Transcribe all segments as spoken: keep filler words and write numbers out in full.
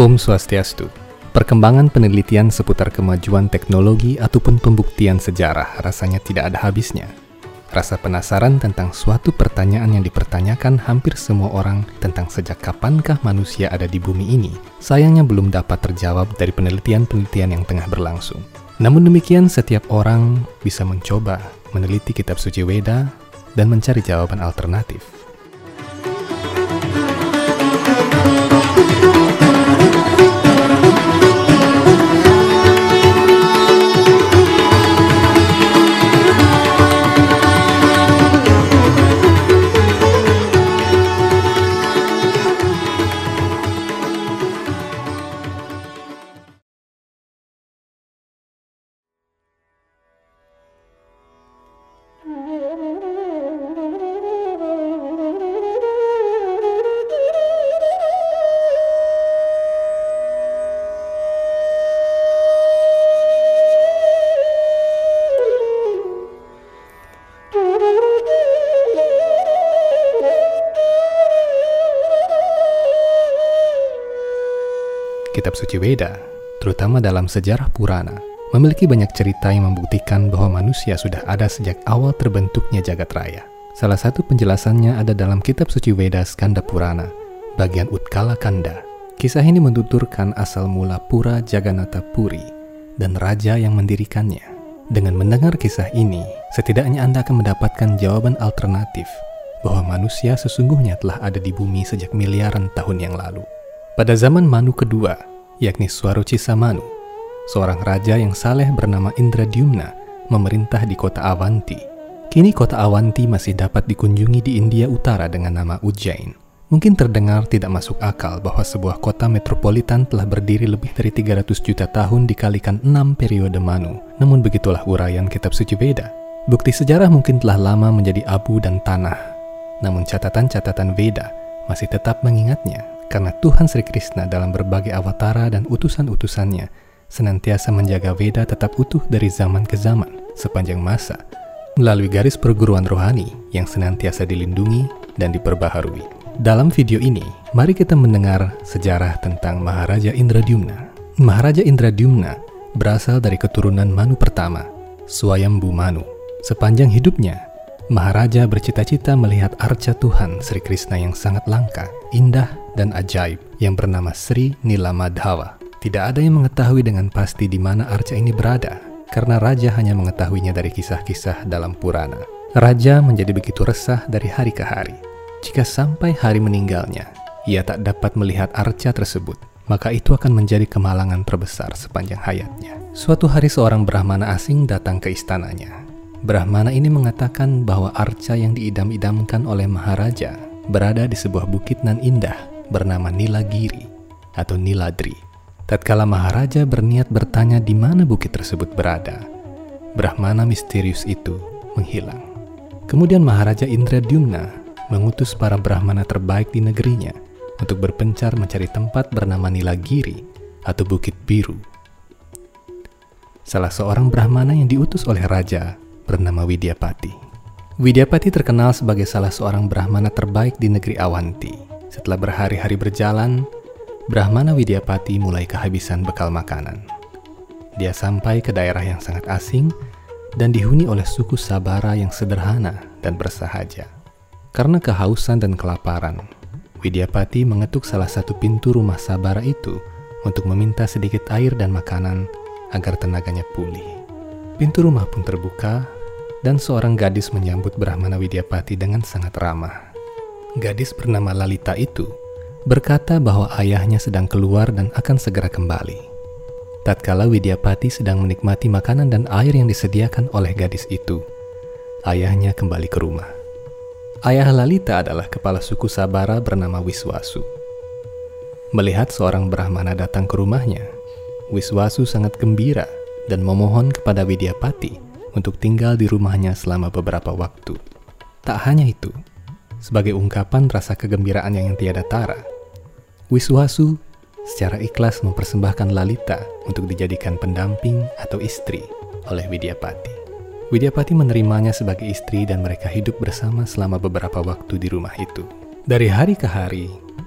Om Swastiastu. Perkembangan penelitian seputar kemajuan teknologi ataupun pembuktian sejarah rasanya tidak ada habisnya. Rasa penasaran tentang suatu pertanyaan yang dipertanyakan hampir semua orang tentang sejak kapankah manusia ada di bumi ini, sayangnya belum dapat terjawab dari penelitian-penelitian yang tengah berlangsung. Namun demikian, setiap orang bisa mencoba meneliti kitab suci Weda dan mencari jawaban alternatif. Kitab suci Weda, terutama dalam sejarah Purana, memiliki banyak cerita yang membuktikan bahwa manusia sudah ada sejak awal terbentuknya jagat raya. Salah satu penjelasannya ada dalam kitab suci Weda Skanda Purana, bagian Utkala Kanda. Kisah ini menuturkan asal mula Pura Jagannatha Puri dan raja yang mendirikannya. Dengan mendengar kisah ini, setidaknya Anda akan mendapatkan jawaban alternatif bahwa manusia sesungguhnya telah ada di bumi sejak miliaran tahun yang lalu. Pada zaman Manu kedua, yakni Swaruchisa Manu, seorang raja yang saleh bernama Indradyumna memerintah di kota Avanti. Kini kota Avanti masih dapat dikunjungi di India Utara dengan nama Ujjain. Mungkin terdengar tidak masuk akal bahwa sebuah kota metropolitan telah berdiri lebih dari tiga ratus juta tahun dikalikan enam periode Manu. Namun begitulah uraian kitab suci Weda. Bukti sejarah mungkin telah lama menjadi abu dan tanah. Namun catatan-catatan Weda masih tetap mengingatnya, karena Tuhan Sri Krishna dalam berbagai avatara dan utusan-utusannya senantiasa menjaga Weda tetap utuh dari zaman ke zaman sepanjang masa melalui garis perguruan rohani yang senantiasa dilindungi dan diperbaharui. Dalam video ini, mari kita mendengar sejarah tentang Maharaja Indradyumna. Maharaja Indradyumna berasal dari keturunan Manu pertama, Swayambhu Manu. Sepanjang hidupnya, Maharaja bercita-cita melihat arca Tuhan Sri Krishna yang sangat langka, indah, dan ajaib yang bernama Sri Nilamadhava. Tidak ada yang mengetahui dengan pasti di mana arca ini berada, karena raja hanya mengetahuinya dari kisah-kisah dalam Purana. Raja menjadi begitu resah dari hari ke hari. Jika sampai hari meninggalnya, ia tak dapat melihat arca tersebut, maka itu akan menjadi kemalangan terbesar sepanjang hayatnya. Suatu hari seorang Brahmana asing datang ke istananya. Brahmana ini mengatakan bahwa arca yang diidam-idamkan oleh Maharaja berada di sebuah bukit nan indah bernama Nilagiri atau Niladri. Tatkala Maharaja berniat bertanya di mana bukit tersebut berada, Brahmana misterius itu menghilang. Kemudian Maharaja Indradyumna mengutus para Brahmana terbaik di negerinya untuk berpencar mencari tempat bernama Nilagiri atau Bukit Biru. Salah seorang Brahmana yang diutus oleh raja bernama Widyapati. Widyapati terkenal sebagai salah seorang Brahmana terbaik di negeri Avanti. Setelah berhari-hari berjalan, Brahmana Widyapati mulai kehabisan bekal makanan. Dia sampai ke daerah yang sangat asing dan dihuni oleh suku Sabara yang sederhana dan bersahaja. Karena kehausan dan kelaparan, Widyapati mengetuk salah satu pintu rumah Sabara itu untuk meminta sedikit air dan makanan agar tenaganya pulih. Pintu rumah pun terbuka dan seorang gadis menyambut Brahmana Widyapati dengan sangat ramah. Gadis bernama Lalita itu berkata bahwa ayahnya sedang keluar dan akan segera kembali. Tatkala Widyapati sedang menikmati makanan dan air yang disediakan oleh gadis itu, ayahnya kembali ke rumah. Ayah Lalita adalah kepala suku Sabara bernama Wiswasu. Melihat seorang Brahmana datang ke rumahnya, Wiswasu sangat gembira dan memohon kepada Widyapati untuk tinggal di rumahnya selama beberapa waktu. Tak hanya itu, sebagai ungkapan rasa kegembiraan yang tiada tara, Wiswasu secara ikhlas mempersembahkan Lalita untuk dijadikan pendamping atau istri oleh Widyapati. Widyapati menerimanya sebagai istri dan mereka hidup bersama selama beberapa waktu di rumah itu. Dari hari ke hari,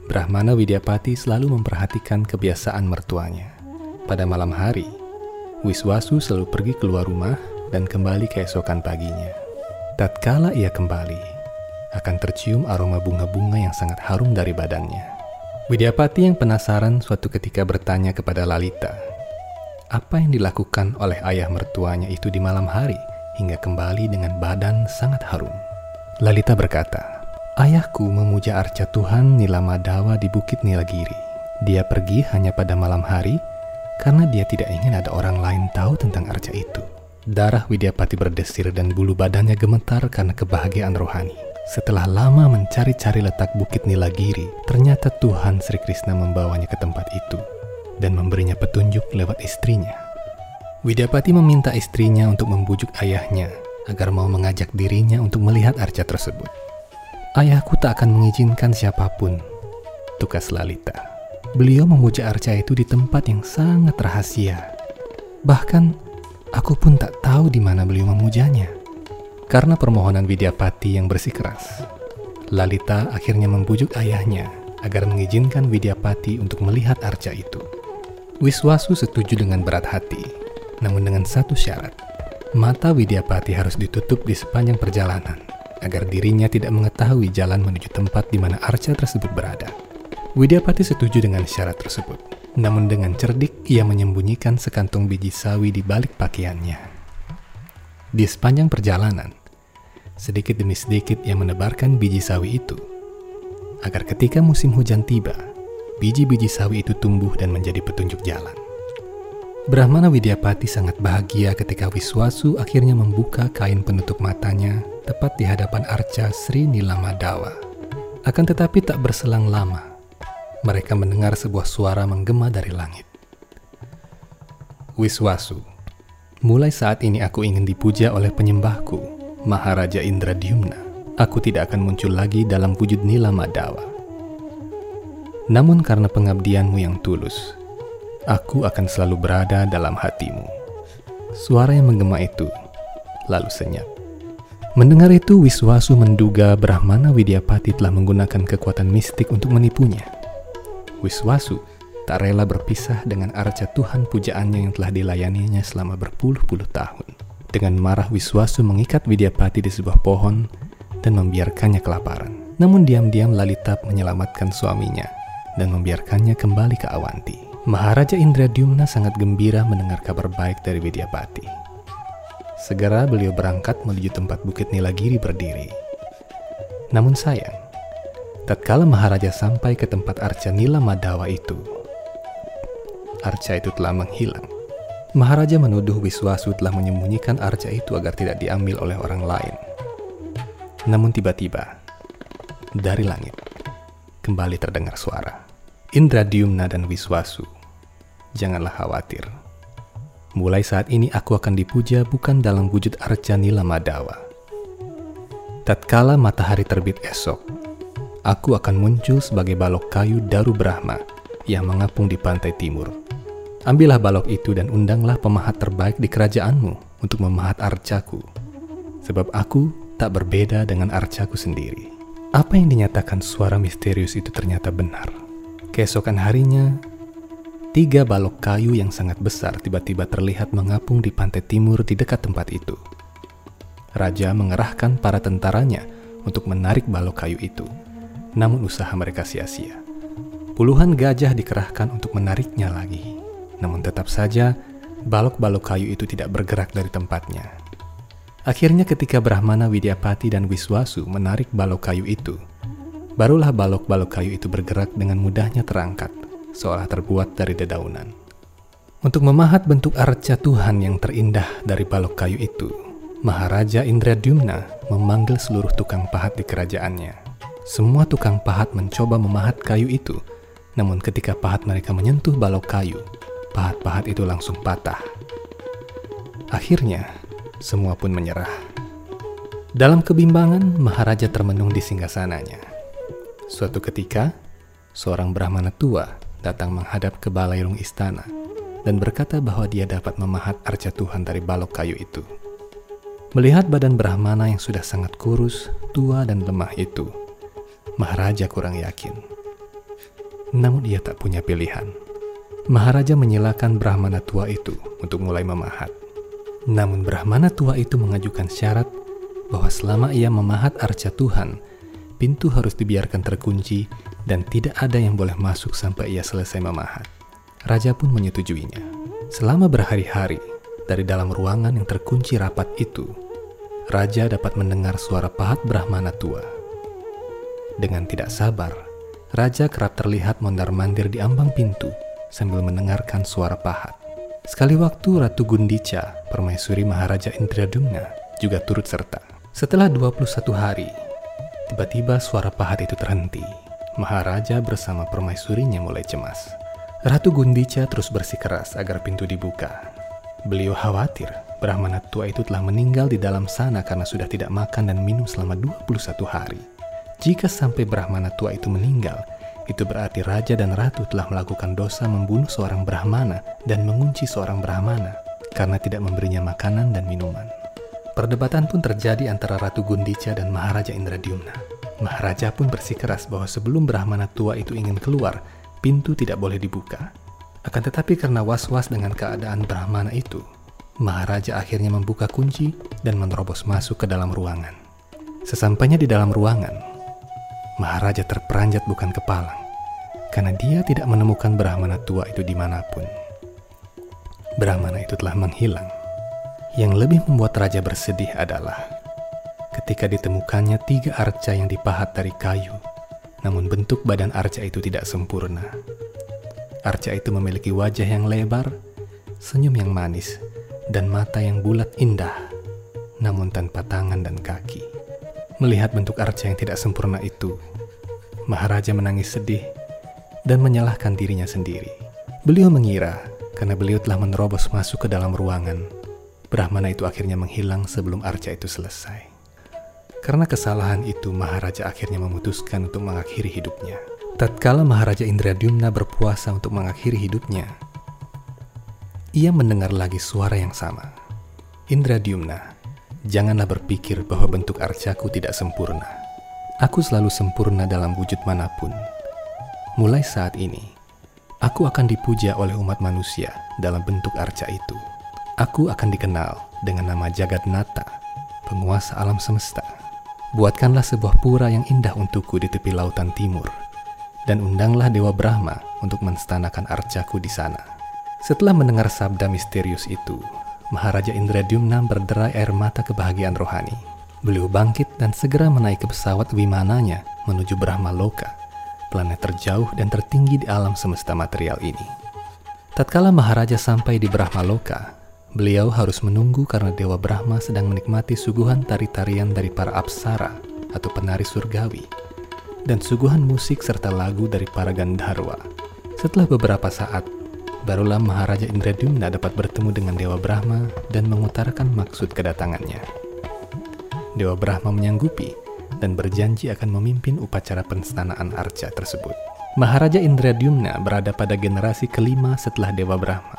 Brahmana Widyapati selalu memperhatikan kebiasaan mertuanya. Pada malam hari, Wiswasu selalu pergi keluar rumah dan kembali keesokan paginya. Tatkala ia kembali, akan tercium aroma bunga-bunga yang sangat harum dari badannya. Widyapati yang penasaran suatu ketika bertanya kepada Lalita, apa yang dilakukan oleh ayah mertuanya itu di malam hari hingga kembali dengan badan sangat harum. Lalita berkata, ayahku memuja arca Tuhan Nilamadawa di Bukit Nilagiri. Dia pergi hanya pada malam hari karena dia tidak ingin ada orang lain tahu tentang arca itu. Darah Widyapati berdesir dan bulu badannya gemetar karena kebahagiaan rohani. Setelah lama mencari-cari letak Bukit Nilagiri, ternyata Tuhan Sri Krishna membawanya ke tempat itu dan memberinya petunjuk lewat istrinya. Widyapati meminta istrinya untuk membujuk ayahnya agar mau mengajak dirinya untuk melihat arca tersebut. Ayahku tak akan mengizinkan siapapun, tukas Lalita. Beliau memuja arca itu di tempat yang sangat rahasia. Bahkan, aku pun tak tahu di mana beliau memujanya. Karena permohonan Widyapati yang bersikeras, Lalita akhirnya membujuk ayahnya agar mengizinkan Widyapati untuk melihat arca itu. Wiswasu setuju dengan berat hati, namun dengan satu syarat. Mata Widyapati harus ditutup di sepanjang perjalanan, agar dirinya tidak mengetahui jalan menuju tempat di mana arca tersebut berada. Widyapati setuju dengan syarat tersebut, namun dengan cerdik ia menyembunyikan sekantong biji sawi di balik pakaiannya. Di sepanjang perjalanan, sedikit demi sedikit ia menebarkan biji sawi itu, agar ketika musim hujan tiba, biji-biji sawi itu tumbuh dan menjadi petunjuk jalan. Brahmana Widyapati sangat bahagia ketika Wiswasu akhirnya membuka kain penutup matanya tepat di hadapan arca Sri Nilamadawa. Akan tetapi tak berselang lama, mereka mendengar sebuah suara menggema dari langit. Wiswasu, mulai saat ini aku ingin dipuja oleh penyembahku, Maharaja Indradyumna. Aku tidak akan muncul lagi dalam wujud Nilamadawa. Namun karena pengabdianmu yang tulus, aku akan selalu berada dalam hatimu. Suara yang menggema itu lalu senyap. Mendengar itu, Wiswasu menduga Brahmana Widyapati telah menggunakan kekuatan mistik untuk menipunya. Wiswasu tak rela berpisah dengan arca Tuhan pujaannya yang telah dilayaninya selama berpuluh-puluh tahun. Dengan marah, Wiswasu mengikat Widyapati di sebuah pohon dan membiarkannya kelaparan. Namun diam-diam Lalita menyelamatkan suaminya dan membiarkannya kembali ke Awanti. Maharaja Indradyumna sangat gembira mendengar kabar baik dari Widyapati. Segera beliau berangkat menuju tempat Bukit Nilagiri berdiri. Namun sayang, tatkala Maharaja sampai ke tempat arca Nilamadawa itu, arca itu telah menghilang. Maharaja menuduh Wiswasu telah menyembunyikan arca itu agar tidak diambil oleh orang lain. Namun tiba-tiba, dari langit, kembali terdengar suara. Indradyumna dan Wiswasu, janganlah khawatir. Mulai saat ini aku akan dipuja bukan dalam wujud arca Nilamadawa. Tatkala matahari terbit esok, aku akan muncul sebagai balok kayu Daru Brahma yang mengapung di pantai timur. Ambillah balok itu dan undanglah pemahat terbaik di kerajaanmu untuk memahat arcaku, sebab aku tak berbeda dengan arcaku sendiri. Apa yang dinyatakan suara misterius itu ternyata benar. Keesokan harinya, tiga balok kayu yang sangat besar tiba-tiba terlihat mengapung di pantai timur di dekat tempat itu. Raja mengerahkan para tentaranya untuk menarik balok kayu itu, namun usaha mereka sia-sia. Puluhan gajah dikerahkan untuk menariknya lagi, namun tetap saja balok-balok kayu itu tidak bergerak dari tempatnya. Akhirnya ketika Brahmana Widyapati dan Wiswasu menarik balok kayu itu, barulah balok-balok kayu itu bergerak dengan mudahnya terangkat, seolah terbuat dari dedaunan. Untuk memahat bentuk arca Tuhan yang terindah dari balok kayu itu, Maharaja Indradyumna memanggil seluruh tukang pahat di kerajaannya. Semua tukang pahat mencoba memahat kayu itu, namun ketika pahat mereka menyentuh balok kayu, pahat-pahat itu langsung patah. Akhirnya, semua pun menyerah. Dalam kebimbangan, Maharaja termenung di singgasananya. Suatu ketika, seorang Brahmana tua datang menghadap ke balairung istana dan berkata bahwa dia dapat memahat arca Tuhan dari balok kayu itu. Melihat badan Brahmana yang sudah sangat kurus, tua dan lemah itu, Maharaja kurang yakin. Namun ia tak punya pilihan. Maharaja menyilakan Brahmana tua itu untuk mulai memahat. Namun Brahmana tua itu mengajukan syarat bahwa selama ia memahat arca Tuhan, pintu harus dibiarkan terkunci dan tidak ada yang boleh masuk sampai ia selesai memahat. Raja pun menyetujuinya. Selama berhari-hari, dari dalam ruangan yang terkunci rapat itu, Raja dapat mendengar suara pahat Brahmana tua. Dengan tidak sabar, Raja kerap terlihat mondar-mandir di ambang pintu sambil mendengarkan suara pahat. Sekali waktu Ratu Gundica, permaisuri Maharaja Indradyumna, juga turut serta. Setelah dua puluh satu hari, tiba-tiba suara pahat itu terhenti. Maharaja bersama permaisurinya mulai cemas. Ratu Gundica terus bersikeras agar pintu dibuka. Beliau khawatir Brahmana tua itu telah meninggal di dalam sana karena sudah tidak makan dan minum selama dua puluh satu hari. Jika sampai Brahmana tua itu meninggal, itu berarti Raja dan Ratu telah melakukan dosa membunuh seorang Brahmana dan mengunci seorang Brahmana karena tidak memberinya makanan dan minuman. Perdebatan pun terjadi antara Ratu Gundica dan Maharaja Indradyumna. Maharaja pun bersikeras bahwa sebelum Brahmana tua itu ingin keluar, pintu tidak boleh dibuka. Akan tetapi karena was-was dengan keadaan Brahmana itu, Maharaja akhirnya membuka kunci dan menerobos masuk ke dalam ruangan. Sesampainya di dalam ruangan, Maharaja terperanjat bukan kepalang, karena dia tidak menemukan Brahmana tua itu dimanapun. Brahmana itu telah menghilang. Yang lebih membuat Raja bersedih adalah ketika ditemukannya tiga arca yang dipahat dari kayu, namun bentuk badan arca itu tidak sempurna. Arca itu memiliki wajah yang lebar, senyum yang manis, dan mata yang bulat indah, namun tanpa tangan dan kaki. Melihat bentuk arca yang tidak sempurna itu, Maharaja menangis sedih dan menyalahkan dirinya sendiri. Beliau mengira karena beliau telah menerobos masuk ke dalam ruangan, Brahmana itu akhirnya menghilang sebelum arca itu selesai. Karena kesalahan itu, Maharaja akhirnya memutuskan untuk mengakhiri hidupnya. Tatkala Maharaja Indradyumna berpuasa untuk mengakhiri hidupnya, ia mendengar lagi suara yang sama. Indradyumna, janganlah berpikir bahwa bentuk arcaku tidak sempurna. Aku selalu sempurna dalam wujud manapun. Mulai saat ini, aku akan dipuja oleh umat manusia dalam bentuk arca itu. Aku akan dikenal dengan nama Jagatnata, penguasa alam semesta. Buatkanlah sebuah pura yang indah untukku di tepi lautan timur, dan undanglah Dewa Brahma untuk menstanakan arcaku di sana. Setelah mendengar sabda misterius itu, Maharaja Indradyumna berderai air mata kebahagiaan rohani. Beliau bangkit dan segera menaiki pesawat wimananya menuju Brahma Loka, planet terjauh dan tertinggi di alam semesta material ini. Tatkala Maharaja sampai di Brahma Loka, beliau harus menunggu karena Dewa Brahma sedang menikmati suguhan tari-tarian dari para apsara atau penari surgawi, dan suguhan musik serta lagu dari para Gandharwa. Setelah beberapa saat, barulah Maharaja Indradyumna dapat bertemu dengan Dewa Brahma dan mengutarakan maksud kedatangannya. Dewa Brahma menyanggupi dan berjanji akan memimpin upacara penstanaan arca tersebut. Maharaja Indradyumna berada pada generasi kelima setelah Dewa Brahma.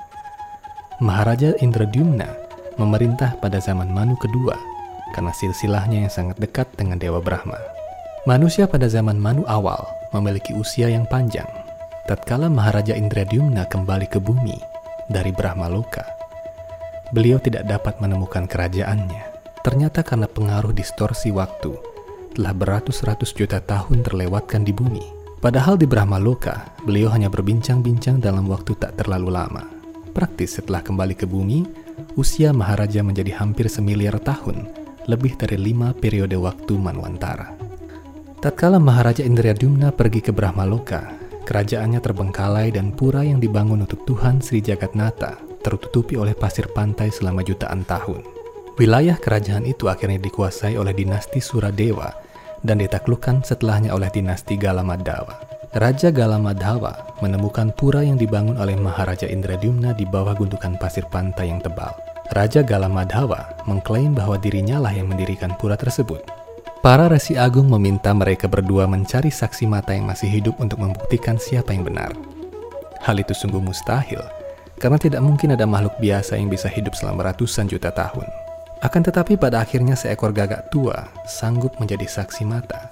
Maharaja Indradyumna memerintah pada zaman Manu kedua karena silsilahnya yang sangat dekat dengan Dewa Brahma. Manusia pada zaman Manu awal memiliki usia yang panjang. Tatkala Maharaja Indradyumna kembali ke bumi dari Brahma Loka, beliau tidak dapat menemukan kerajaannya. Ternyata karena pengaruh distorsi waktu, telah beratus-ratus juta tahun terlewatkan di bumi. Padahal di Brahma Loka, beliau hanya berbincang-bincang dalam waktu tak terlalu lama. Praktis setelah kembali ke bumi, usia Maharaja menjadi hampir semiliar tahun, lebih dari lima periode waktu Manwantara. Tatkala Maharaja Indradyumna pergi ke Brahma Loka, kerajaannya terbengkalai dan pura yang dibangun untuk Tuhan Sri Jagatnata tertutupi oleh pasir pantai selama jutaan tahun. Wilayah kerajaan itu akhirnya dikuasai oleh dinasti Suradewa dan ditaklukkan setelahnya oleh dinasti Galamadhawa. Raja Galamadhawa menemukan pura yang dibangun oleh Maharaja Indradyumna di bawah gundukan pasir pantai yang tebal. Raja Galamadhawa mengklaim bahwa dirinya lah yang mendirikan pura tersebut. Para resi agung meminta mereka berdua mencari saksi mata yang masih hidup untuk membuktikan siapa yang benar. Hal itu sungguh mustahil, karena tidak mungkin ada makhluk biasa yang bisa hidup selama ratusan juta tahun. Akan tetapi pada akhirnya seekor gagak tua sanggup menjadi saksi mata,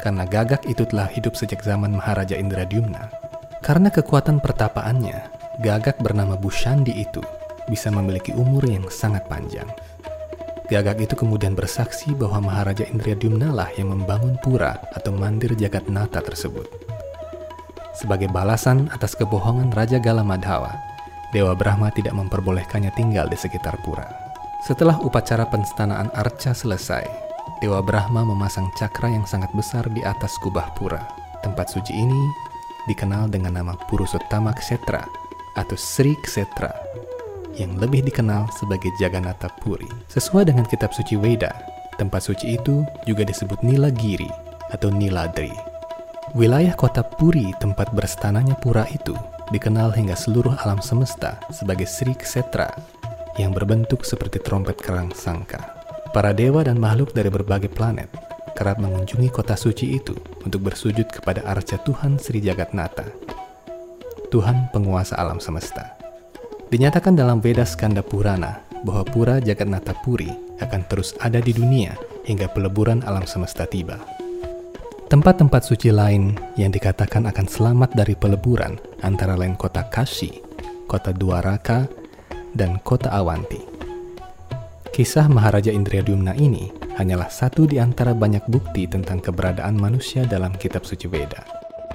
karena Gagak itu telah hidup sejak zaman Maharaja Indradyumna. Karena kekuatan pertapaannya, Gagak bernama Bushandi itu bisa memiliki umur yang sangat panjang. Gagak itu kemudian bersaksi bahwa Maharaja Indradyumna lah yang membangun pura atau mandir Jagatnata tersebut. Sebagai balasan atas kebohongan Raja Galamadhawa, Dewa Brahma tidak memperbolehkannya tinggal di sekitar pura. Setelah upacara penstanaan arca selesai, Dewa Brahma memasang cakra yang sangat besar di atas kubah pura. Tempat suci ini dikenal dengan nama Purusottama Kshetra atau Sri Kshetra, yang lebih dikenal sebagai Jagannatha Puri. Sesuai dengan kitab suci Weda, tempat suci itu juga disebut Nilagiri atau Niladri. Wilayah kota Puri tempat berstananya pura itu dikenal hingga seluruh alam semesta sebagai Sri Kshetra yang berbentuk seperti trompet kerang sangka. Para dewa dan makhluk dari berbagai planet kerap mengunjungi kota suci itu untuk bersujud kepada arca Tuhan Sri Jagatnata, Tuhan penguasa alam semesta. Dinyatakan dalam Veda Skanda Purana bahwa pura Jagannatha Puri akan terus ada di dunia hingga peleburan alam semesta tiba. Tempat-tempat suci lain yang dikatakan akan selamat dari peleburan antara lain kota Kashi, kota Dwaraka, dan kota Awanti. Kisah Maharaja Indradyumna ini hanyalah satu di antara banyak bukti tentang keberadaan manusia dalam kitab suci Veda.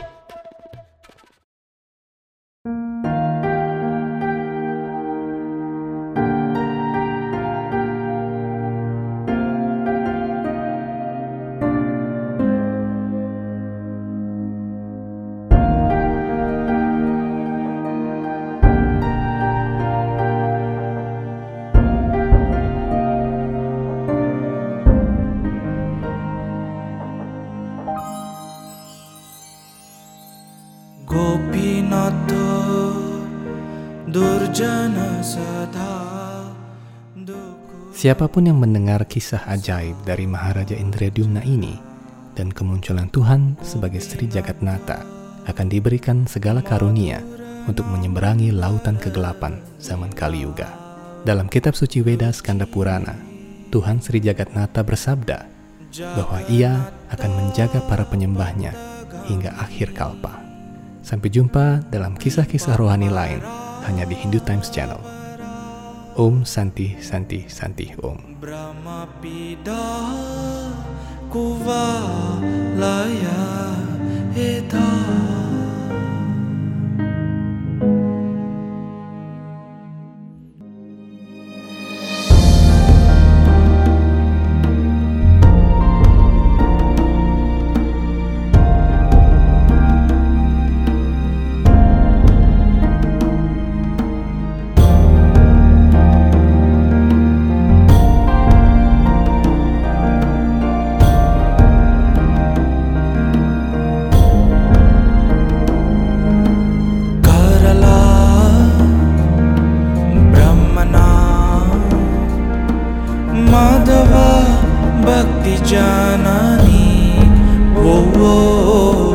Gopinato Durjana Sadha. Siapapun yang mendengar kisah ajaib dari Maharaja Indradyumna ini dan kemunculan Tuhan sebagai Sri Jagatnata akan diberikan segala karunia untuk menyeberangi lautan kegelapan zaman Kali Yuga. Dalam kitab suci Veda Skanda Purana, Tuhan Sri Jagatnata bersabda bahwa Ia akan menjaga para penyembahnya hingga akhir kalpa. Sampai jumpa dalam kisah-kisah rohani lain hanya di Hindu Times Channel. Om Santi Santi Santi Om. Brahma Pida Kuvalaya Heta. Madhava Bhakti Janani, oh, oh, oh.